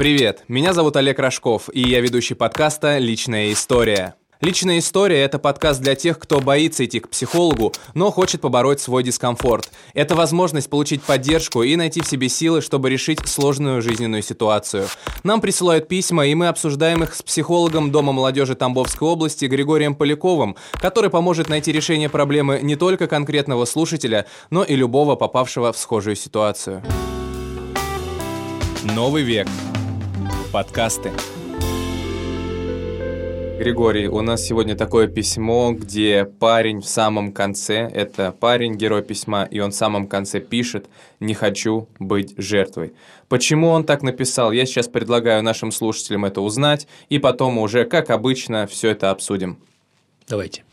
Привет, меня зовут Олег Рожков, и я ведущий подкаста «Личная история». «Личная история» — это подкаст для тех, кто боится идти к психологу, но хочет побороть свой дискомфорт. Это возможность получить поддержку и найти в себе силы, чтобы решить сложную жизненную ситуацию. Нам присылают письма, и мы обсуждаем их с психологом Дома молодежи Тамбовской области Григорием Поляковым, который поможет найти решение проблемы не только конкретного слушателя, но и любого попавшего в схожую ситуацию. Новый век. Подкасты. Григорий, у нас сегодня такое письмо, где парень в самом конце, это парень, герой письма, и он в самом конце пишет «Не хочу быть жертвой». Почему он так написал, я сейчас предлагаю нашим слушателям это узнать, и потом уже, как обычно, все это обсудим. Давайте.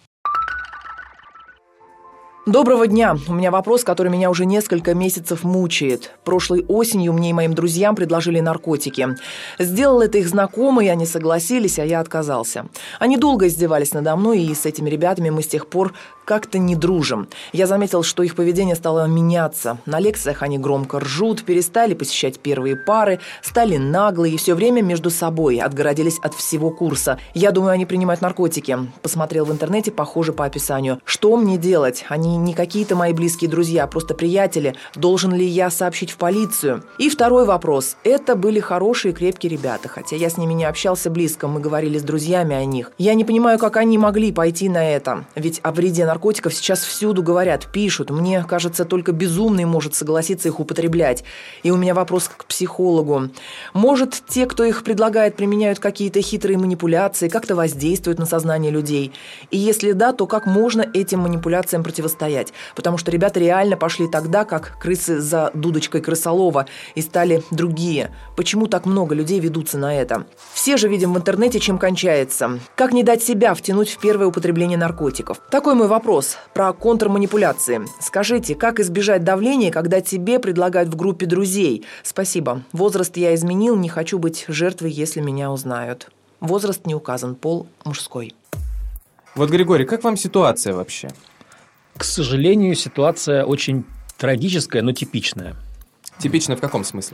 Доброго дня. У меня вопрос, который меня уже несколько месяцев мучает. Прошлой осенью мне и моим друзьям предложили наркотики. Сделал это их знакомый, они согласились, а я отказался. Они долго издевались надо мной, и с этими ребятами мы с тех пор как-то не дружим. Я заметил, что их поведение стало меняться. На лекциях они громко ржут, перестали посещать первые пары, стали наглые и все время между собой, отгородились от всего курса. Я думаю, они принимают наркотики. Посмотрел в интернете, похоже по описанию. Что мне делать? Они не какие-то мои близкие друзья, а просто приятели. Должен ли я сообщить в полицию? И второй вопрос. Это были хорошие, крепкие ребята, хотя я с ними не общался близко, мы говорили с друзьями о них. Я не понимаю, как они могли пойти на это. Ведь о вреде наркотиков сейчас всюду говорят, пишут. Мне кажется, только безумный может согласиться их употреблять. И у меня вопрос к психологу. Может, те, кто их предлагает, применяют какие-то хитрые манипуляции, как-то воздействуют на сознание людей? И если да, то как можно этим манипуляциям противостоять? Потому что ребята реально пошли тогда, как крысы за дудочкой крысолова, и стали другие. Почему так много людей ведутся на это? Все же видим в интернете, чем кончается. Как не дать себя втянуть в первое употребление наркотиков? Такой мой вопрос про контрманипуляции. Скажите, как избежать давления, когда тебе предлагают в группе друзей? Спасибо. Возраст я изменил, не хочу быть жертвой, если меня узнают. Возраст не указан, пол мужской. Вот, Григорий, как вам ситуация вообще? К сожалению, ситуация очень трагическая, но типичная. Типично в каком смысле?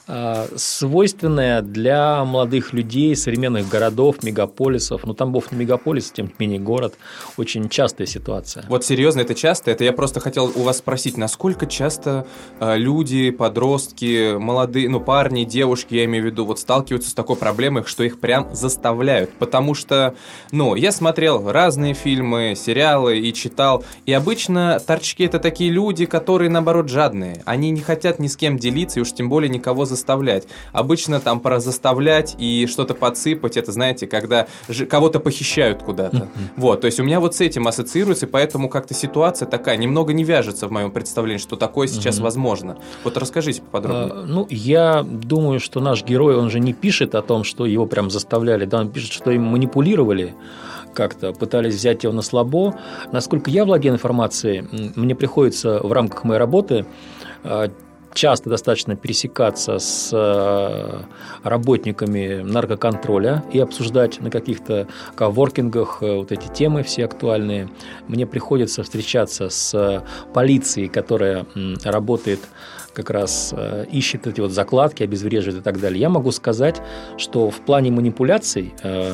Свойственная для молодых людей, современных городов, мегаполисов. Ну, Тамбов не мегаполис, тем не менее город. Очень частая ситуация. Вот серьезно, это часто? Это я просто хотел у вас спросить, насколько часто люди, подростки, молодые, парни, девушки, я имею в виду, вот сталкиваются с такой проблемой, что их прям заставляют. Потому что, я смотрел разные фильмы, сериалы и читал, и обычно торчки – это такие люди, которые, наоборот, жадные. Они не хотят ни с кем делиться и уж тем более никого заставлять. Обычно там про заставлять и что-то подсыпать, это, знаете, когда кого-то похищают куда-то. Вот, то есть у меня вот с этим ассоциируется, и поэтому как-то ситуация такая немного не вяжется в моем представлении, что такое сейчас возможно. Вот расскажите поподробнее. Я думаю, что наш герой, он же не пишет о том, что его прям заставляли, да, он пишет, что им манипулировали как-то, пытались взять его на слабо. Насколько я владею информацией, мне приходится в рамках моей работы часто достаточно пересекаться с работниками наркоконтроля и обсуждать на каких-то коворкингах вот эти темы все актуальные. Мне приходится встречаться с полицией, которая работает как раз ищет эти вот закладки, обезвреживает и так далее. Я могу сказать, что в плане манипуляций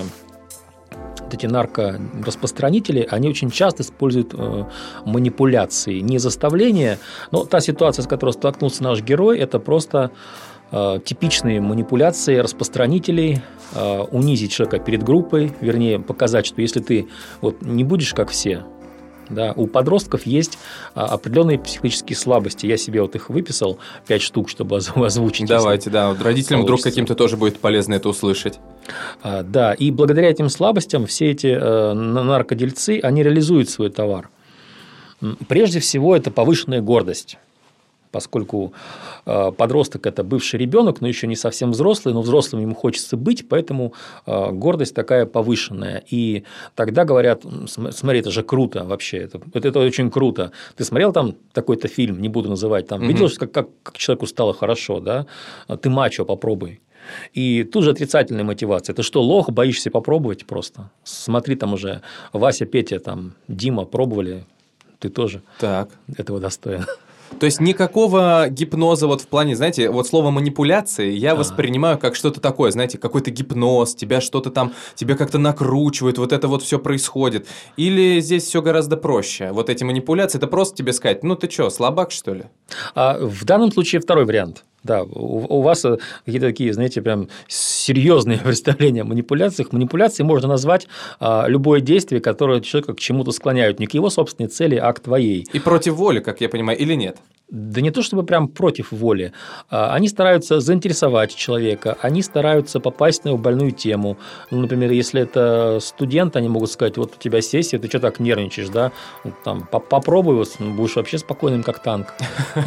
эти наркораспространители, они очень часто используют манипуляции, не заставление, но та ситуация, с которой столкнулся наш герой, это просто типичные манипуляции распространителей, унизить человека перед группой, вернее, показать, что если ты не будешь как все, да, у подростков есть определенные психологические слабости. Я себе их выписал, 5 штук, чтобы озвучить. Давайте, да. Родителям вдруг каким-то тоже будет полезно это услышать. Да, и благодаря этим слабостям все эти наркодельцы, они реализуют свой товар. Прежде всего, это повышенная гордость. Поскольку подросток – это бывший ребенок, но еще не совсем взрослый, но взрослым ему хочется быть, поэтому гордость такая повышенная. И тогда говорят: смотри, это же круто вообще, это очень круто. Ты смотрел там такой-то фильм, не буду называть, там, видел, как человеку стало хорошо, да? Ты мачо, попробуй. И тут же отрицательная мотивация. Ты что, лох, боишься попробовать просто? Смотри, там уже Вася, Петя, там, Дима пробовали, ты тоже этого достоин. То есть никакого гипноза вот в плане, знаете, вот слово манипуляции я воспринимаю как что-то такое, знаете, какой-то гипноз, тебя что-то там, тебя как-то накручивают, вот это вот все происходит. Или здесь все гораздо проще? Вот эти манипуляции, это просто тебе сказать, ну ты что, слабак, что ли? В данном случае второй вариант. Да, у вас какие-то такие, знаете, прям серьезные представления о манипуляциях. Манипуляцией можно назвать любое действие, которое человека к чему-то склоняют, не к его собственной цели, а к твоей. И против воли, как я понимаю, или нет? Да не то чтобы прям против воли. Они стараются заинтересовать человека, они стараются попасть на его больную тему. Ну, например, если это студент, они могут сказать, вот у тебя сессия, ты что так нервничаешь, да? Там, попробуй, вот, будешь вообще спокойным, как танк.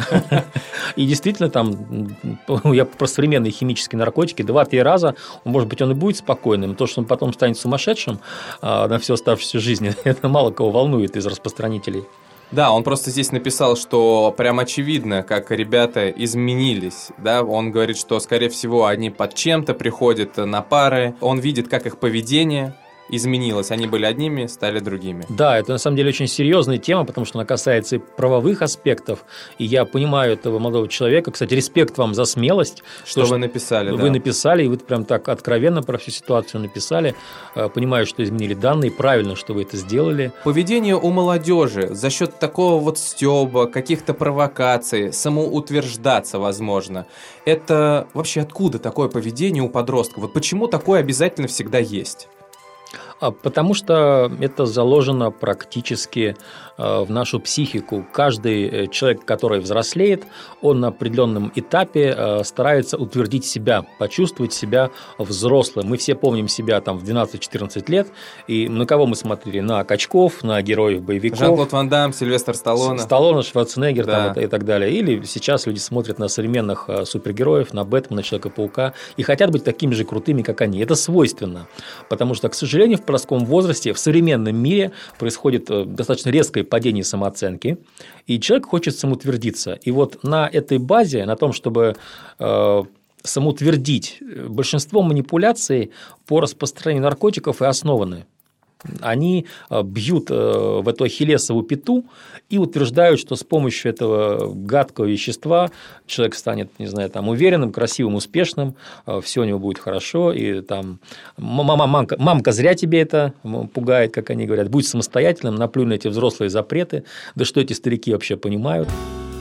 И действительно, там, я про современные химические наркотики, 2-3 раза, может быть, он и будет спокойным, то, что он потом станет сумасшедшим на всю оставшуюся жизнь, это мало кого волнует из распространителей. Да, он просто здесь написал, что прям очевидно, как ребята изменились, да, он говорит, что, скорее всего, они под чем-то приходят на пары, он видит, как их поведение изменилось, они были одними, стали другими. Да, это на самом деле очень серьезная тема, потому что она касается и правовых аспектов, и я понимаю этого молодого человека. Кстати, респект вам за смелость. Что вы написали, Вы написали, и вы прям так откровенно про всю ситуацию написали, понимаю, что изменили данные, правильно, что вы это сделали. Поведение у молодежи за счет такого вот стёба, каких-то провокаций, самоутверждаться, возможно, это вообще откуда такое поведение у подростков? Вот почему такое обязательно всегда есть? Потому что это заложено практически в нашу психику. Каждый человек, который взрослеет, он на определенном этапе старается утвердить себя, почувствовать себя взрослым. Мы все помним себя там в 12-14 лет, и на кого мы смотрели? На качков, на героев боевиков. Жан-Клод Ван Дамм, Сильвестр Сталлоне. Сталлоне, Шварценеггер, да. Там, и так далее. Или сейчас люди смотрят на современных супергероев, на Бэтмена, Человека-паука, и хотят быть такими же крутыми, как они. Это свойственно, потому что, к сожалению, в подростковом возрасте в современном мире происходит достаточно резкое падение самооценки, и человек хочет самоутвердиться. И вот на этой базе, на том, чтобы самоутвердить, большинство манипуляций по распространению наркотиков и основаны. Они бьют в эту ахиллесову пяту и утверждают, что с помощью этого гадкого вещества человек станет, не знаю, там, уверенным, красивым, успешным, все у него будет хорошо, и там мамка зря тебе это пугает, как они говорят, будь самостоятельным, наплюй на эти взрослые запреты, да что эти старики вообще понимают.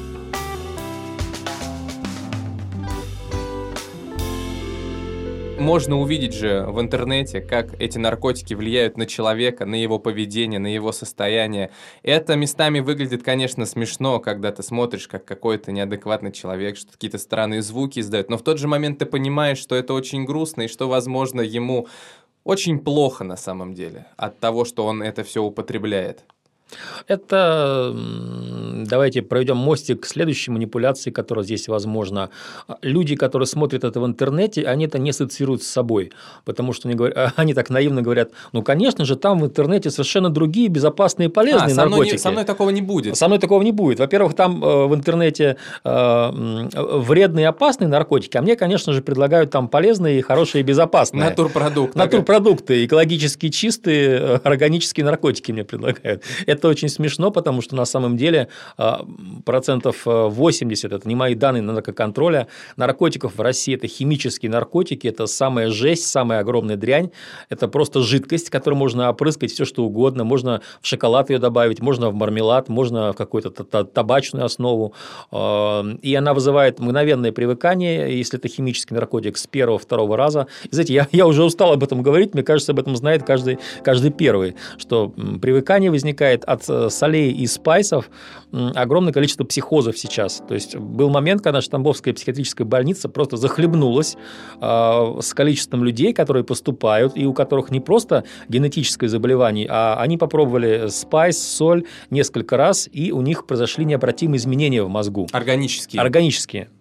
Можно увидеть же в интернете, как эти наркотики влияют на человека, на его поведение, на его состояние. Это местами выглядит, конечно, смешно, когда ты смотришь, как какой-то неадекватный человек, что какие-то странные звуки издает, но в тот же момент ты понимаешь, что это очень грустно и что, возможно, ему очень плохо на самом деле от того, что он это все употребляет. Это, давайте проведем мостик к следующей манипуляции, которая здесь возможна. Люди, которые смотрят это в интернете, они это не ассоциируют с собой, потому что они так наивно говорят, ну, конечно же, там в интернете совершенно другие безопасные и полезные наркотики. Со мной такого не будет. Со мной такого не будет. Во-первых, там в интернете вредные и опасные наркотики, а мне, конечно же, предлагают там полезные, хорошие и безопасные. Натурпродукты, экологически чистые, органические наркотики мне предлагают. Это очень смешно, потому что на самом деле 80%, это не мои данные на наркоконтроля, наркотиков в России – это химические наркотики, это самая жесть, самая огромная дрянь, это просто жидкость, которую можно опрыскать все что угодно, можно в шоколад ее добавить, можно в мармелад, можно в какую-то табачную основу, и она вызывает мгновенное привыкание, если это химический наркотик, с первого-второго раза. И, знаете, я уже устал об этом говорить, мне кажется, об этом знает каждый первый, что привыкание возникает от солей и спайсов, огромное количество психозов сейчас. То есть был момент, когда Тамбовская психиатрическая больница просто захлебнулась с количеством людей, которые поступают, и у которых не просто генетическое заболевание, а они попробовали спайс, соль несколько раз, и у них произошли необратимые изменения в мозгу. Органические.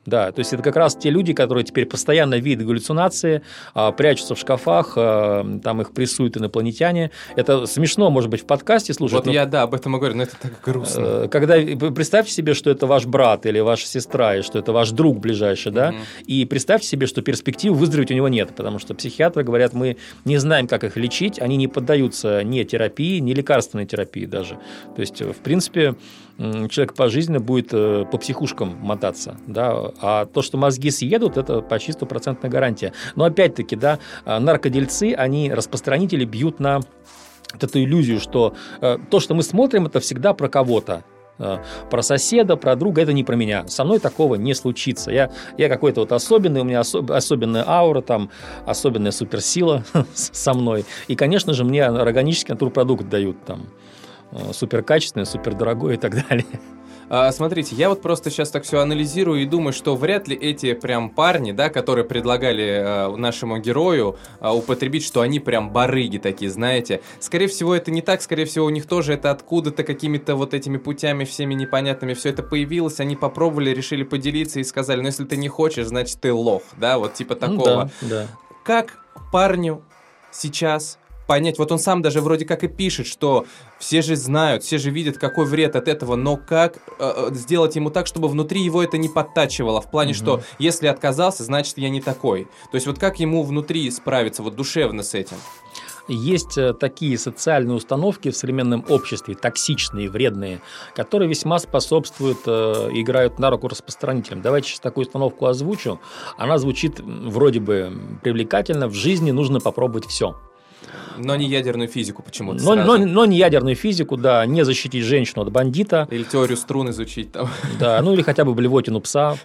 Да, то есть это как раз те люди, которые теперь постоянно видят галлюцинации, прячутся в шкафах, там их прессуют инопланетяне. Это смешно, может быть, в подкасте слушать. Вот я, да, об этом и говорю, но это так грустно. Когда представьте себе, что это ваш брат или ваша сестра, и что это ваш друг ближайший, да, и представьте себе, что перспектив выздороветь у него нет, потому что психиатры говорят, мы не знаем, как их лечить, они не поддаются ни терапии, ни лекарственной терапии даже. То есть, в принципе, человек пожизненно будет по психушкам мотаться, да, а то, что мозги съедут, это почти стопроцентная гарантия. Но опять-таки, да, наркодельцы, они, распространители, бьют на вот эту иллюзию, что то, что мы смотрим, это всегда про кого-то. Про соседа, про друга, это не про меня. Со мной такого не случится. Я какой-то вот особенный, у меня особенная аура, там, особенная суперсила со мной. И, конечно же, мне органический натурпродукт дают там. Суперкачественный, супердорогой и так далее. Смотрите, я вот просто сейчас так все анализирую и думаю, что вряд ли эти прям парни, да, которые предлагали нашему герою употребить, что они прям барыги такие, знаете. Скорее всего, это не так, скорее всего, у них тоже это откуда-то какими-то вот этими путями всеми непонятными все это появилось, они попробовали, решили поделиться и сказали, ну, если ты не хочешь, значит, ты лох, да, вот типа такого. Да. Как парню сейчас понять, вот он сам даже вроде как и пишет, что все же знают, все же видят, какой вред от этого, но как сделать ему так, чтобы внутри его это не подтачивало, в плане, что если отказался, значит я не такой. То есть вот как ему внутри справиться, вот душевно с этим? Есть такие социальные установки в современном обществе, токсичные, вредные, которые весьма способствуют, играют на руку распространителям. Давайте сейчас такую установку озвучу. Она звучит вроде бы привлекательно. В жизни нужно попробовать все. Но не ядерную физику почему-то но не ядерную физику, да, не защитить женщину от бандита. Или теорию струн изучить там. Да, ну или хотя бы блевотину пса,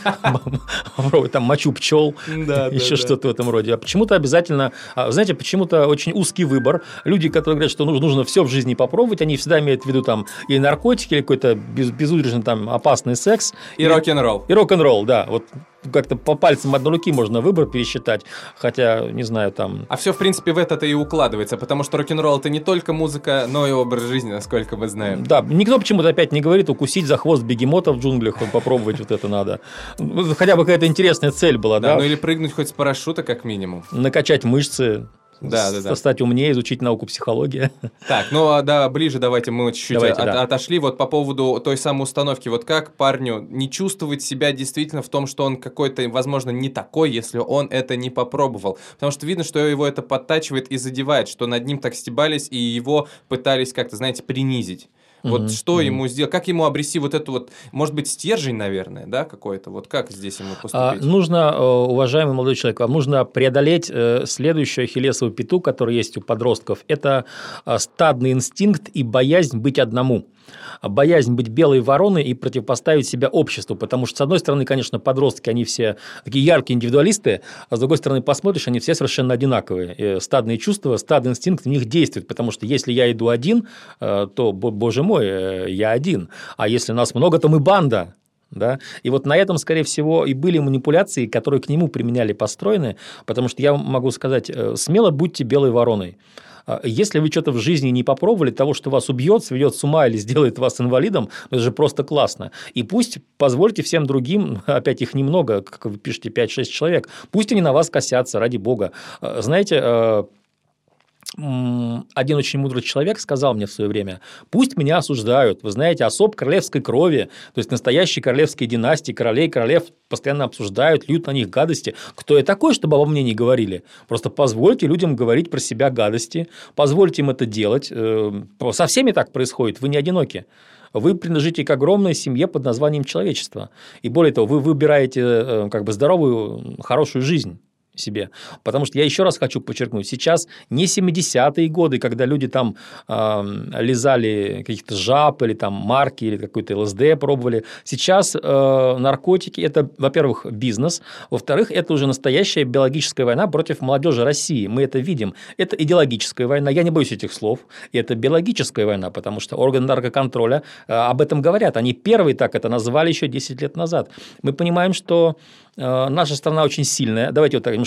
там мочу пчел, еще что-то в этом роде. А почему-то обязательно, знаете, почему-то очень узкий выбор. Люди, которые говорят, что нужно все в жизни попробовать, они всегда имеют в виду там и наркотики, или какой-то безудержный там опасный секс. И рок-н-ролл. И рок-н-ролл, да, вот. Как-то по пальцам одной руки можно выбор пересчитать, хотя, не знаю, там... А все, в принципе, в это-то и укладывается, потому что рок-н-ролл – это не только музыка, но и образ жизни, насколько мы знаем. Да, никто почему-то опять не говорит укусить за хвост бегемота в джунглях, попробовать вот это надо. Хотя бы какая-то интересная цель была, да? Ну или прыгнуть хоть с парашюта, как минимум. Накачать мышцы. Да. Стать умнее, изучить науку психологии. Так, ну да, ближе давайте мы чуть-чуть отошли. Вот по поводу той самой установки. Вот как парню не чувствовать себя действительно в том, что он какой-то, возможно, не такой, если он это не попробовал. Потому что видно, что его это подтачивает и задевает, что над ним так стебались и его пытались как-то, знаете, принизить. Вот что ему сделать, как ему обрести вот эту вот, может быть, стержень, наверное, да, какой-то, вот как здесь ему поступить? Нужно, уважаемый молодой человек, вам нужно преодолеть следующую ахиллесову пяту, которая есть у подростков, это стадный инстинкт и боязнь быть одному. Боязнь быть белой вороной и противопоставить себя обществу, потому что, с одной стороны, конечно, подростки, они все такие яркие индивидуалисты, а с другой стороны, посмотришь, они все совершенно одинаковые. И стадные чувства, стадный инстинкт в них действует, потому что если я иду один, то, боже мой, я один, а если нас много, то мы банда. Да? И вот на этом, скорее всего, и были манипуляции, которые к нему применяли построены, потому что я могу сказать, смело будьте белой вороной. Если вы что-то в жизни не попробовали, того, что вас убьет, сведет с ума или сделает вас инвалидом, это же просто классно. И пусть позвольте всем другим, опять их немного, как вы пишете, 5-6 человек, пусть они на вас косятся, ради бога. Знаете, один очень мудрый человек сказал мне в свое время: пусть меня осуждают, вы знаете, особ королевской крови, то есть настоящей королевской династии, королей, королев постоянно обсуждают, льют на них гадости. Кто я такой, чтобы обо мне не говорили? Просто позвольте людям говорить про себя гадости, позвольте им это делать. Со всеми так происходит, вы не одиноки. Вы принадлежите к огромной семье под названием человечество. И более того, вы выбираете как бы здоровую, хорошую жизнь себе. Потому что я еще раз хочу подчеркнуть, сейчас не 70-е годы, когда люди там лизали каких-то жаб или там марки или какой-то ЛСД пробовали. Сейчас наркотики – это, во-первых, бизнес, во-вторых, это уже настоящая биологическая война против молодежи России. Мы это видим. Это идеологическая война. Я не боюсь этих слов. И это биологическая война, потому что органы наркоконтроля об этом говорят. Они первые так это назвали еще 10 лет назад. Мы понимаем, что наша страна очень сильная. Давайте вот так немножко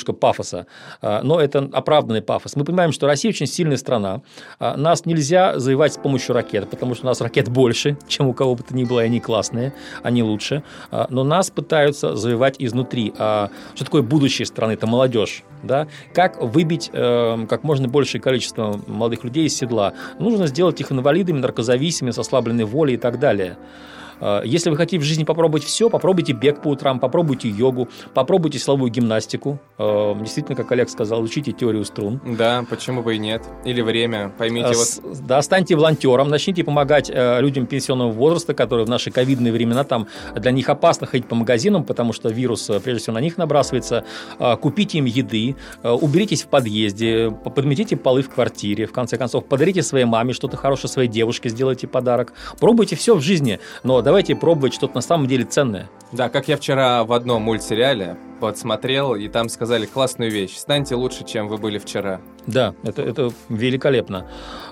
немножко пафоса, но это оправданный пафос. Мы понимаем, что Россия очень сильная страна, нас нельзя завоевать с помощью ракет, потому что у нас ракет больше, чем у кого бы то ни было, и они классные, они лучше, но нас пытаются завоевать изнутри. А что такое будущее страны? Это молодежь. Да? Как выбить как можно большее количество молодых людей из седла? Нужно сделать их инвалидами, наркозависимыми, с ослабленной волей и так далее. Если вы хотите в жизни попробовать все, попробуйте бег по утрам, попробуйте йогу, попробуйте силовую гимнастику. Действительно, как Олег сказал, учите теорию струн. Да, почему бы и нет. Или время, поймите. Да, станьте волонтером, начните помогать людям пенсионного возраста, которые в наши ковидные времена, там для них опасно ходить по магазинам, потому что вирус, прежде всего, на них набрасывается. Купите им еды, уберитесь в подъезде, подметите полы в квартире, в конце концов, подарите своей маме что-то хорошее, своей девушке сделайте подарок. Пробуйте все в жизни, но давайте пробовать что-то на самом деле ценное. Да, как я вчера в одном мультсериале подсмотрел, и там сказали классную вещь. Станьте лучше, чем вы были вчера. Да, это великолепно.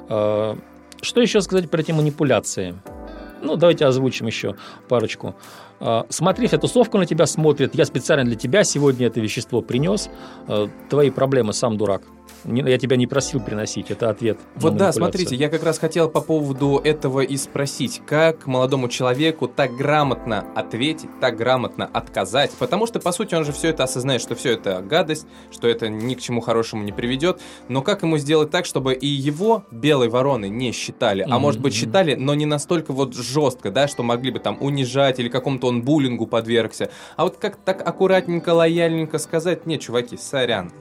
Что еще сказать про эти манипуляции? Ну, давайте озвучим еще парочку. Смотри, вся тусовка на тебя смотрит. Я специально для тебя сегодня это вещество принес. Твои проблемы, сам дурак. Я тебя не просил приносить, это ответ. Вот да, смотрите, я как раз хотел по поводу этого и спросить, как молодому человеку так грамотно ответить, так грамотно отказать, потому что, по сути, он же все это осознает, что все это гадость, что это ни к чему хорошему не приведет, но как ему сделать так, чтобы и его белой вороны не считали, а может быть считали, но не настолько вот жестко, да, что могли бы там унижать или какому-то он буллингу подвергся, а вот как так аккуратненько, лояльненько сказать, не, чуваки, сорян.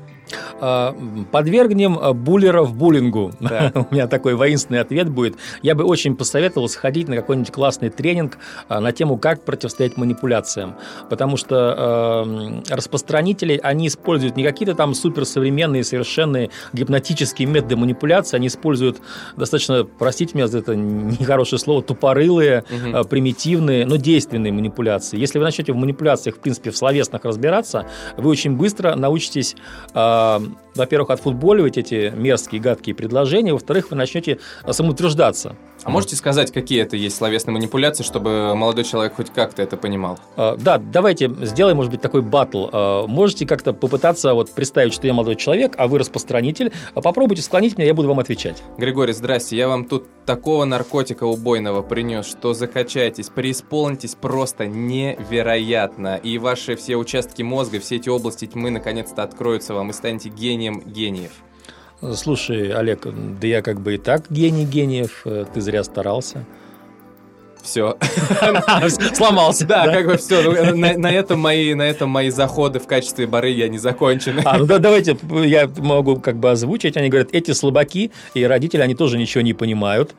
Подвергнем буллеров буллингу. Да. У меня такой воинственный ответ будет. Я бы очень посоветовал сходить на какой-нибудь классный тренинг на тему, как противостоять манипуляциям. Потому что распространители, они используют не какие-то там суперсовременные, совершенные гипнотические методы манипуляции, они используют достаточно, простите меня за это нехорошее слово, тупорылые, примитивные, но действенные манипуляции. Если вы начнете в манипуляциях, в принципе, в словесных разбираться, вы очень быстро научитесь во-первых, отфутболивать эти мерзкие, гадкие предложения, во-вторых, вы начнете самоутверждаться. А можете сказать, какие это есть словесные манипуляции, чтобы молодой человек хоть как-то это понимал? Да, давайте сделаем, может быть, такой баттл. Можете как-то попытаться вот представить, что я молодой человек, а вы распространитель. Попробуйте склонить меня, я буду вам отвечать. Григорий, здрасте, я вам тут такого наркотика убойного принес, что закачайтесь, преисполнитесь просто невероятно. И ваши все участки мозга, все эти области тьмы наконец-то откроются вам и станете гением гениев. Слушай, Олег, да я как бы и так гений гениев, ты зря старался. Все. Сломался. Да, как бы все. На этом мои заходы в качестве барыги, они закончены. Ну да, давайте, я могу как бы озвучить. Они говорят, эти слабаки и родители, они тоже ничего не понимают.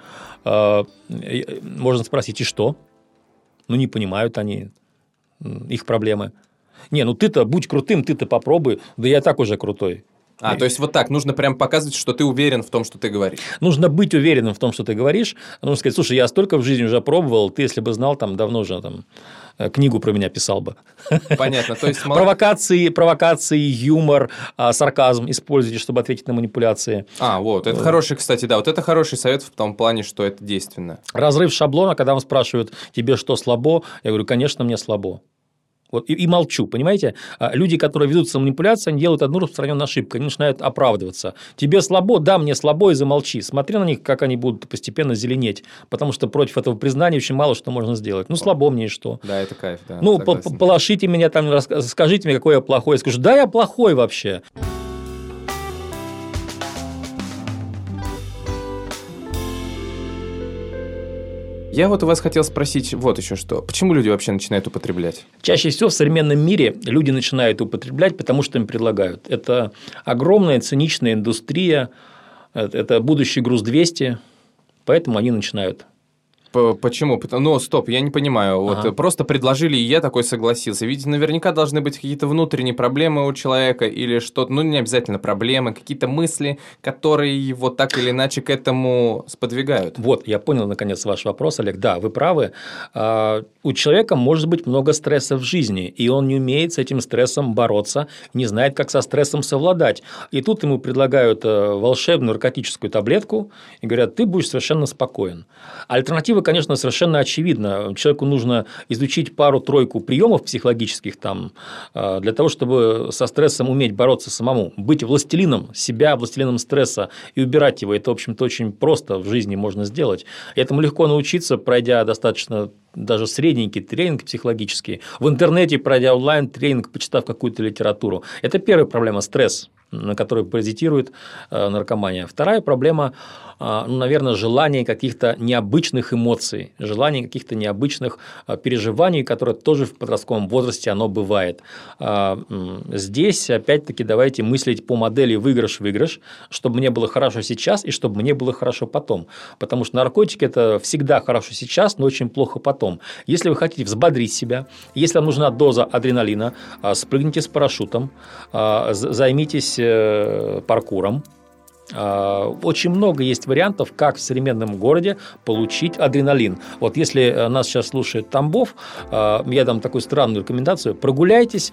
Можно спросить, и что? Ну, не понимают они их проблемы. Не, ну ты-то будь крутым, ты-то попробуй. Да я так уже крутой. То есть вот так, нужно прям показывать, что ты уверен в том, что ты говоришь. Нужно быть уверенным в том, что ты говоришь. Нужно сказать, слушай, я столько в жизни уже пробовал, ты, если бы знал, там давно уже там книгу про меня писал бы. Понятно. То есть провокации, юмор, сарказм используйте, чтобы ответить на манипуляции. Вот, это хороший, кстати, да, вот это хороший совет в том плане, что это действенно. Разрыв шаблона, когда вам спрашивают, тебе что слабо, я говорю, конечно, мне слабо. Вот, и молчу, понимаете? Люди, которые ведутся манипуляцией, они делают одну распространенную ошибку, они начинают оправдываться. Тебе слабо, да, мне слабо, и замолчи. Смотри на них, как они будут постепенно зеленеть, потому что против этого признания очень мало что можно сделать. Ну, слабо мне и что? Да, это кайф, да. Ну, полошите меня там, скажите мне, какой я плохой. Я скажу, да, я плохой вообще. Я вот у вас хотел спросить вот еще что. Почему люди вообще начинают употреблять? Чаще всего в современном мире люди начинают употреблять, потому что им предлагают. Это огромная циничная индустрия, это будущий груз-200, поэтому они начинают. Почему? Ну, стоп, я не понимаю. Вот просто предложили, и я такой согласился. Ведь наверняка должны быть какие-то внутренние проблемы у человека или что-то, ну, не обязательно проблемы, какие-то мысли, которые его так или иначе к этому сподвигают. Вот, я понял, наконец, ваш вопрос, Олег. Да, вы правы. У человека может быть много стресса в жизни, и он не умеет с этим стрессом бороться, не знает, как со стрессом совладать. И тут ему предлагают волшебную наркотическую таблетку и говорят, ты будешь совершенно спокоен. Альтернатива этого, конечно, совершенно очевидно. Человеку нужно изучить пару-тройку приемов психологических там, для того, чтобы со стрессом уметь бороться самому. Быть властелином себя, властелином стресса и убирать его. Это, в общем-то, очень просто в жизни можно сделать. Этому легко научиться, пройдя достаточно даже средненький тренинг психологический, в интернете пройдя онлайн-тренинг, почитав какую-то литературу. Это первая проблема – стресс, на который паразитирует наркомания. Вторая проблема, наверное, желание каких-то необычных эмоций, желание каких-то необычных переживаний, которые тоже в подростковом возрасте оно бывает. Здесь, опять-таки, давайте мыслить по модели выигрыш-выигрыш, чтобы мне было хорошо сейчас и чтобы мне было хорошо потом. Потому что наркотики – это всегда хорошо сейчас, но очень плохо потом. Если вы хотите взбодрить себя, если вам нужна доза адреналина, спрыгните с парашютом, займитесь паркуром. Очень много есть вариантов, как в современном городе получить адреналин. Вот если нас сейчас слушает Тамбов, я дам такую странную рекомендацию: прогуляйтесь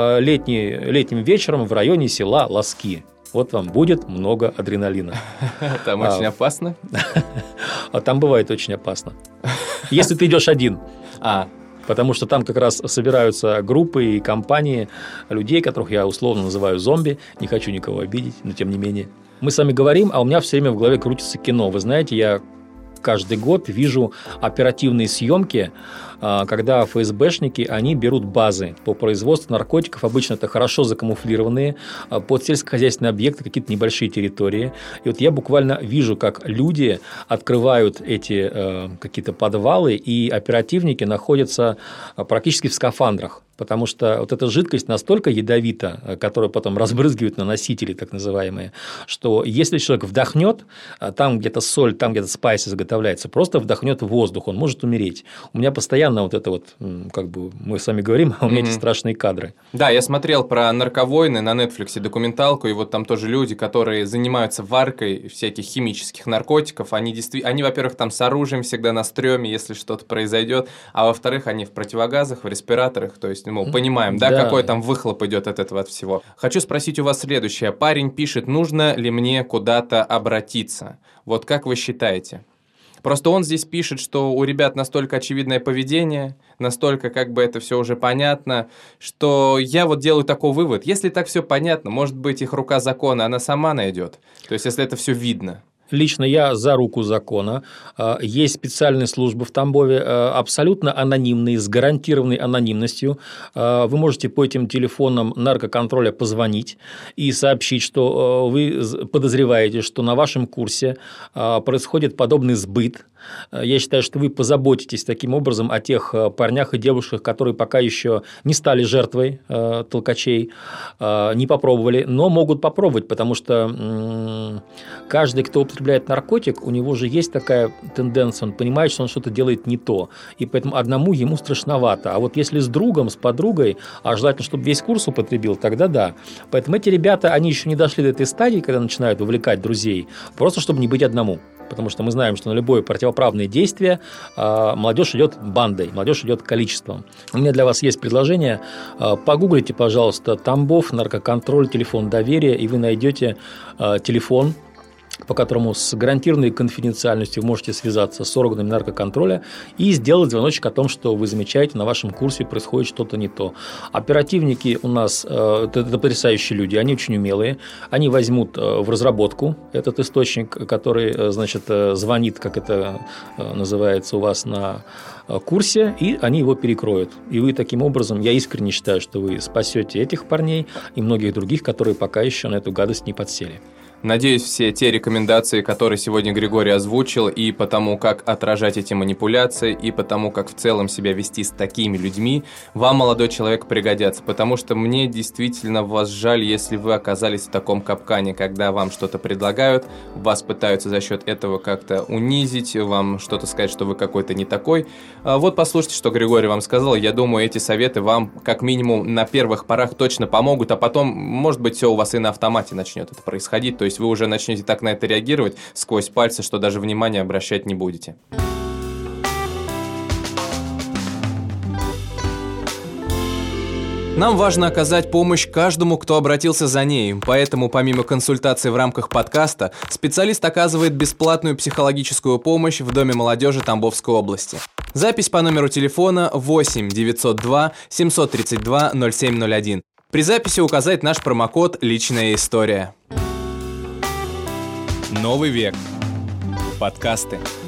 летним вечером в районе села Ласки. Вот вам будет много адреналина. Там очень опасно? Там бывает очень опасно. Если ты идешь один. Потому что там как раз собираются группы и компании людей, которых я условно называю зомби. Не хочу никого обидеть, но тем не менее. Мы с вами говорим, а у меня все время в голове крутится кино. Вы знаете, я каждый год вижу оперативные съемки, когда ФСБшники, они берут базы по производству наркотиков, обычно это хорошо закамуфлированные, под сельскохозяйственные объекты, какие-то небольшие территории. И вот я буквально вижу, как люди открывают эти какие-то подвалы, и оперативники находятся практически в скафандрах. Потому что вот эта жидкость настолько ядовита, которую потом разбрызгивают на носители, так называемые, что если человек вдохнет, там где-то соль, там где-то спайсы заготовляется, просто вдохнет воздух, он может умереть. У меня постоянно вот это вот, как бы мы с вами говорим, а у меня эти страшные кадры. Да, я смотрел про нарковойны на Netflix документалку, и вот там тоже люди, которые занимаются варкой всяких химических наркотиков, они, во-первых, там с оружием всегда на стреме, если что-то произойдет, а во-вторых, они в противогазах, в респираторах, то есть мы понимаем, да, какой там выхлоп идет от этого от всего. Хочу спросить у вас следующее. Парень пишет: нужно ли мне куда-то обратиться? Вот как вы считаете? Просто он здесь пишет, что у ребят настолько очевидное поведение, настолько как бы это все уже понятно, что я вот делаю такой вывод. Если так все понятно, может быть, их рука закона, она сама найдет. То есть, если это все видно. Лично я за руку закона. Есть специальные службы в Тамбове, абсолютно анонимные, с гарантированной анонимностью. Вы можете по этим телефонам наркоконтроля позвонить и сообщить, что вы подозреваете, что на вашем курсе происходит подобный сбыт. Я считаю, что вы позаботитесь таким образом о тех парнях и девушках, которые пока еще не стали жертвой толкачей, не попробовали, но могут попробовать, потому что каждый, кто употребляет наркотик, у него же есть такая тенденция, он понимает, что он что-то делает не то, и поэтому одному ему страшновато. А вот если с другом, с подругой, а желательно, чтобы весь курс употребил, тогда да. Поэтому эти ребята, они еще не дошли до этой стадии, когда начинают увлекать друзей, просто чтобы не быть одному. Потому что мы знаем, что на любое противоправное действие молодежь идет бандой, молодежь идет количеством. У меня для вас есть предложение. Погуглите, пожалуйста, Тамбов, наркоконтроль, телефон доверия, и вы найдете телефон, по которому с гарантированной конфиденциальностью вы можете связаться с органами наркоконтроля и сделать звоночек о том, что вы замечаете, на вашем курсе происходит что-то не то. Оперативники у нас это потрясающие люди, они очень умелые, они возьмут в разработку этот источник, который, значит, звонит, как это называется у вас на курсе, и они его перекроют. И вы таким образом, я искренне считаю, что вы спасете этих парней и многих других, которые пока еще на эту гадость не подсели. Надеюсь, все те рекомендации, которые сегодня Григорий озвучил, и по тому, как отражать эти манипуляции, и по тому, как в целом себя вести с такими людьми, вам, молодой человек, пригодятся. Потому что мне действительно вас жаль, если вы оказались в таком капкане, когда вам что-то предлагают, вас пытаются за счет этого как-то унизить, вам что-то сказать, что вы какой-то не такой. Вот послушайте, что Григорий вам сказал. Я думаю, эти советы вам как минимум на первых порах точно помогут, а потом, может быть, все у вас и на автомате начнет это происходить. То есть вы уже начнете так на это реагировать сквозь пальцы, что даже внимания обращать не будете. Нам важно оказать помощь каждому, кто обратился за ней, поэтому помимо консультаций в рамках подкаста, специалист оказывает бесплатную психологическую помощь в Доме молодежи Тамбовской области. Запись по номеру телефона 8 902 732 0701. При записи указать наш промокод «Личная история». Новый век. Подкасты.